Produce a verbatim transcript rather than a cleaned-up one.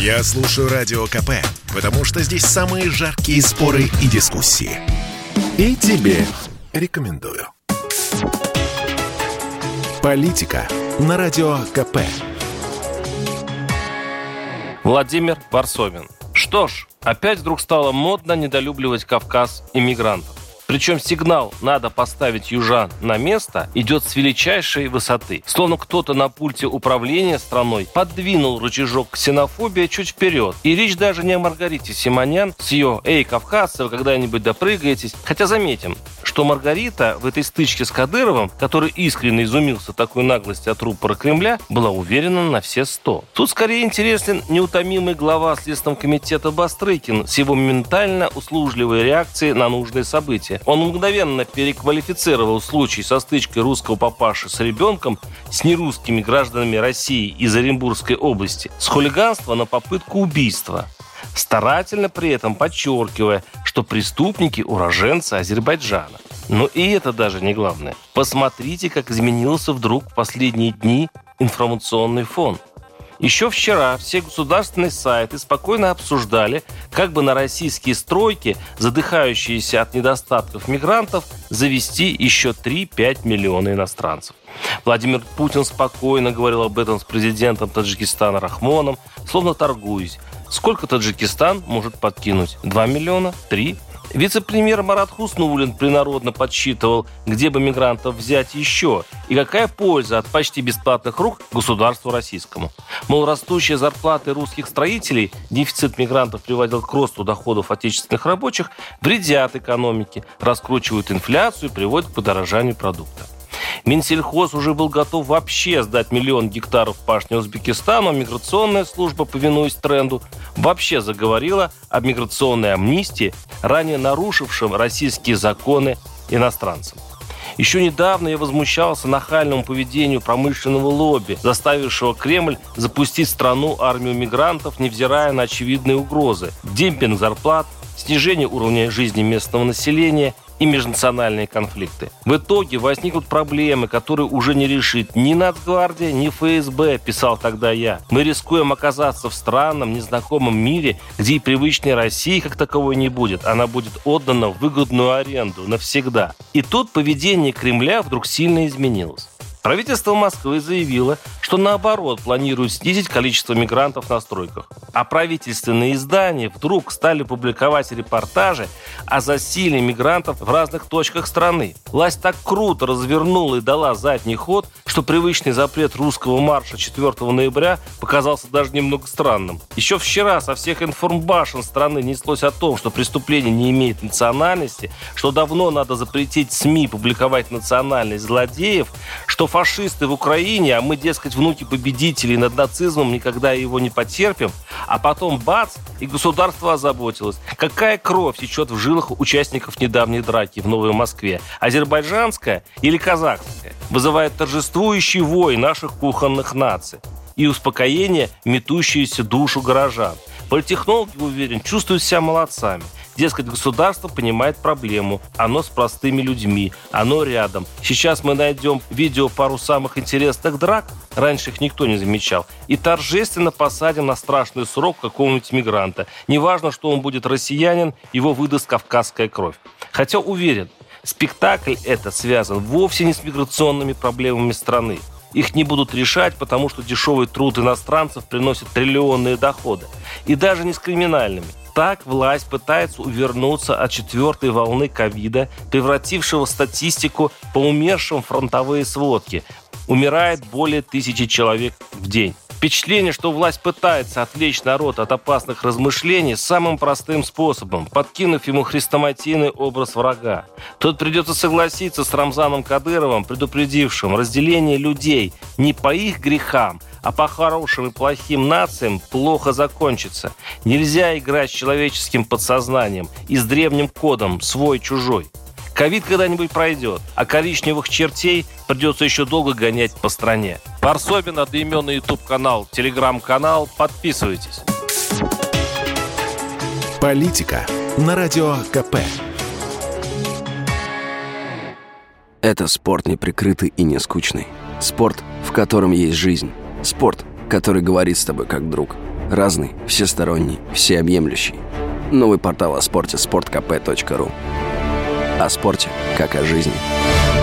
Я слушаю Радио КП, потому что здесь самые жаркие споры и дискуссии. И тебе рекомендую. Политика на Радио КП. Владимир Варсобин. Что ж, опять вдруг стало модно недолюбливать Кавказ и мигрантов. Причем сигнал «надо поставить южан на место» идет с величайшей высоты. Словно кто-то на пульте управления страной подвинул рычажок ксенофобии чуть вперед. И речь даже не о Маргарите Симонян с ее «Эй, кавказцы, вы когда-нибудь допрыгаетесь». Хотя заметим, что Маргарита в этой стычке с Кадыровым, который искренне изумился такой наглости от рупора Кремля, была уверена на все сто. Тут скорее интересен неутомимый глава Следственного комитета Бастрыкин с его моментально услужливой реакцией на нужные события. Он мгновенно переквалифицировал случай со стычкой русского папаши с ребенком с нерусскими гражданами России из Оренбургской области с хулиганства на попытку убийства, старательно при этом подчеркивая, что преступники – уроженцы Азербайджана. Но и это даже не главное. Посмотрите, как изменился вдруг в последние дни информационный фон. Еще вчера все государственные сайты спокойно обсуждали, как бы на российские стройки, задыхающиеся от недостатков мигрантов, завести еще три-пять миллионов иностранцев. Владимир Путин спокойно говорил об этом с президентом Таджикистана Рахмоном, словно торгуясь. Сколько Таджикистан может подкинуть? Два миллиона? Три? Вице-премьер Марат Хуснуллин принародно подсчитывал, где бы мигрантов взять еще и какая польза от почти бесплатных рук государству российскому. Мол, растущие зарплаты русских строителей, дефицит мигрантов приводил к росту доходов отечественных рабочих, вредят экономике, раскручивают инфляцию и приводят к подорожанию продукта. Минсельхоз уже был готов вообще сдать миллион гектаров пашни Узбекистану, а миграционная служба, повинуясь тренду, вообще заговорила об миграционной амнистии, ранее нарушившем российские законы иностранцам. Еще недавно я возмущался нахальному поведению промышленного лобби, заставившего Кремль запустить в страну армию мигрантов, невзирая на очевидные угрозы: демпинг зарплат, снижение уровня жизни местного населения и межнациональные конфликты. В итоге возникнут проблемы, которые уже не решит ни Нацгвардия, ни эф эс бэ, писал тогда я. Мы рискуем оказаться в странном, незнакомом мире, где и привычной России как таковой не будет. Она будет отдана в выгодную аренду навсегда. И тут поведение Кремля вдруг сильно изменилось. Правительство Москвы заявило, что наоборот планирует снизить количество мигрантов на стройках. А правительственные издания вдруг стали публиковать репортажи о засилии мигрантов в разных точках страны. Власть так круто развернула и дала задний ход, что привычный запрет русского марша четвёртого ноября показался даже немного странным. Еще вчера со всех информбашен страны неслось о том, что преступление не имеет национальности, что давно надо запретить СМИ публиковать национальность злодеев, что фашисты в Украине, а мы, дескать, внуки победителей, над нацизмом никогда его не потерпим. А потом бац, и государство озаботилось. Какая кровь течет в жилах участников недавней драки в Новой Москве? Азербайджанская или казахская? Вызывает торжествующий вой наших кухонных наций и успокоение, метущуюся душу горожан. Политтехнологи, уверен, чувствуют себя молодцами. Дескать, государство понимает проблему. Оно с простыми людьми. Оно рядом. Сейчас мы найдем видео пару самых интересных драк. Раньше их никто не замечал. И торжественно посадим на страшный срок какого-нибудь мигранта. Неважно, что он будет россиянин, его выдаст кавказская кровь. Хотя уверен, спектакль этот связан вовсе не с миграционными проблемами страны. Их не будут решать, потому что дешевый труд иностранцев приносит триллионные доходы. И даже не с криминальными. Так власть пытается увернуться от четвертой волны ковида, превратившего статистику по умершим в фронтовые сводки. Умирает более тысячи человек в день. Впечатление, что власть пытается отвлечь народ от опасных размышлений самым простым способом, подкинув ему хрестоматийный образ врага. Тут придется согласиться с Рамзаном Кадыровым, предупредившим: разделение людей не по их грехам, а по хорошим и плохим нациям плохо закончится. Нельзя играть с человеческим подсознанием и с древним кодом свой-чужой. Ковид когда-нибудь пройдет, а коричневых чертей придется еще долго гонять по стране. Варсобин, одноименный YouTube-канал, Telegram-канал. Подписывайтесь. Политика на Радио КП. Это спорт неприкрытый и не скучный. Спорт, в котором есть жизнь. Спорт, который говорит с тобой как друг. Разный, всесторонний, всеобъемлющий. Новый портал о спорте – спорт кэ пэ точка ру. О спорте, как о жизни.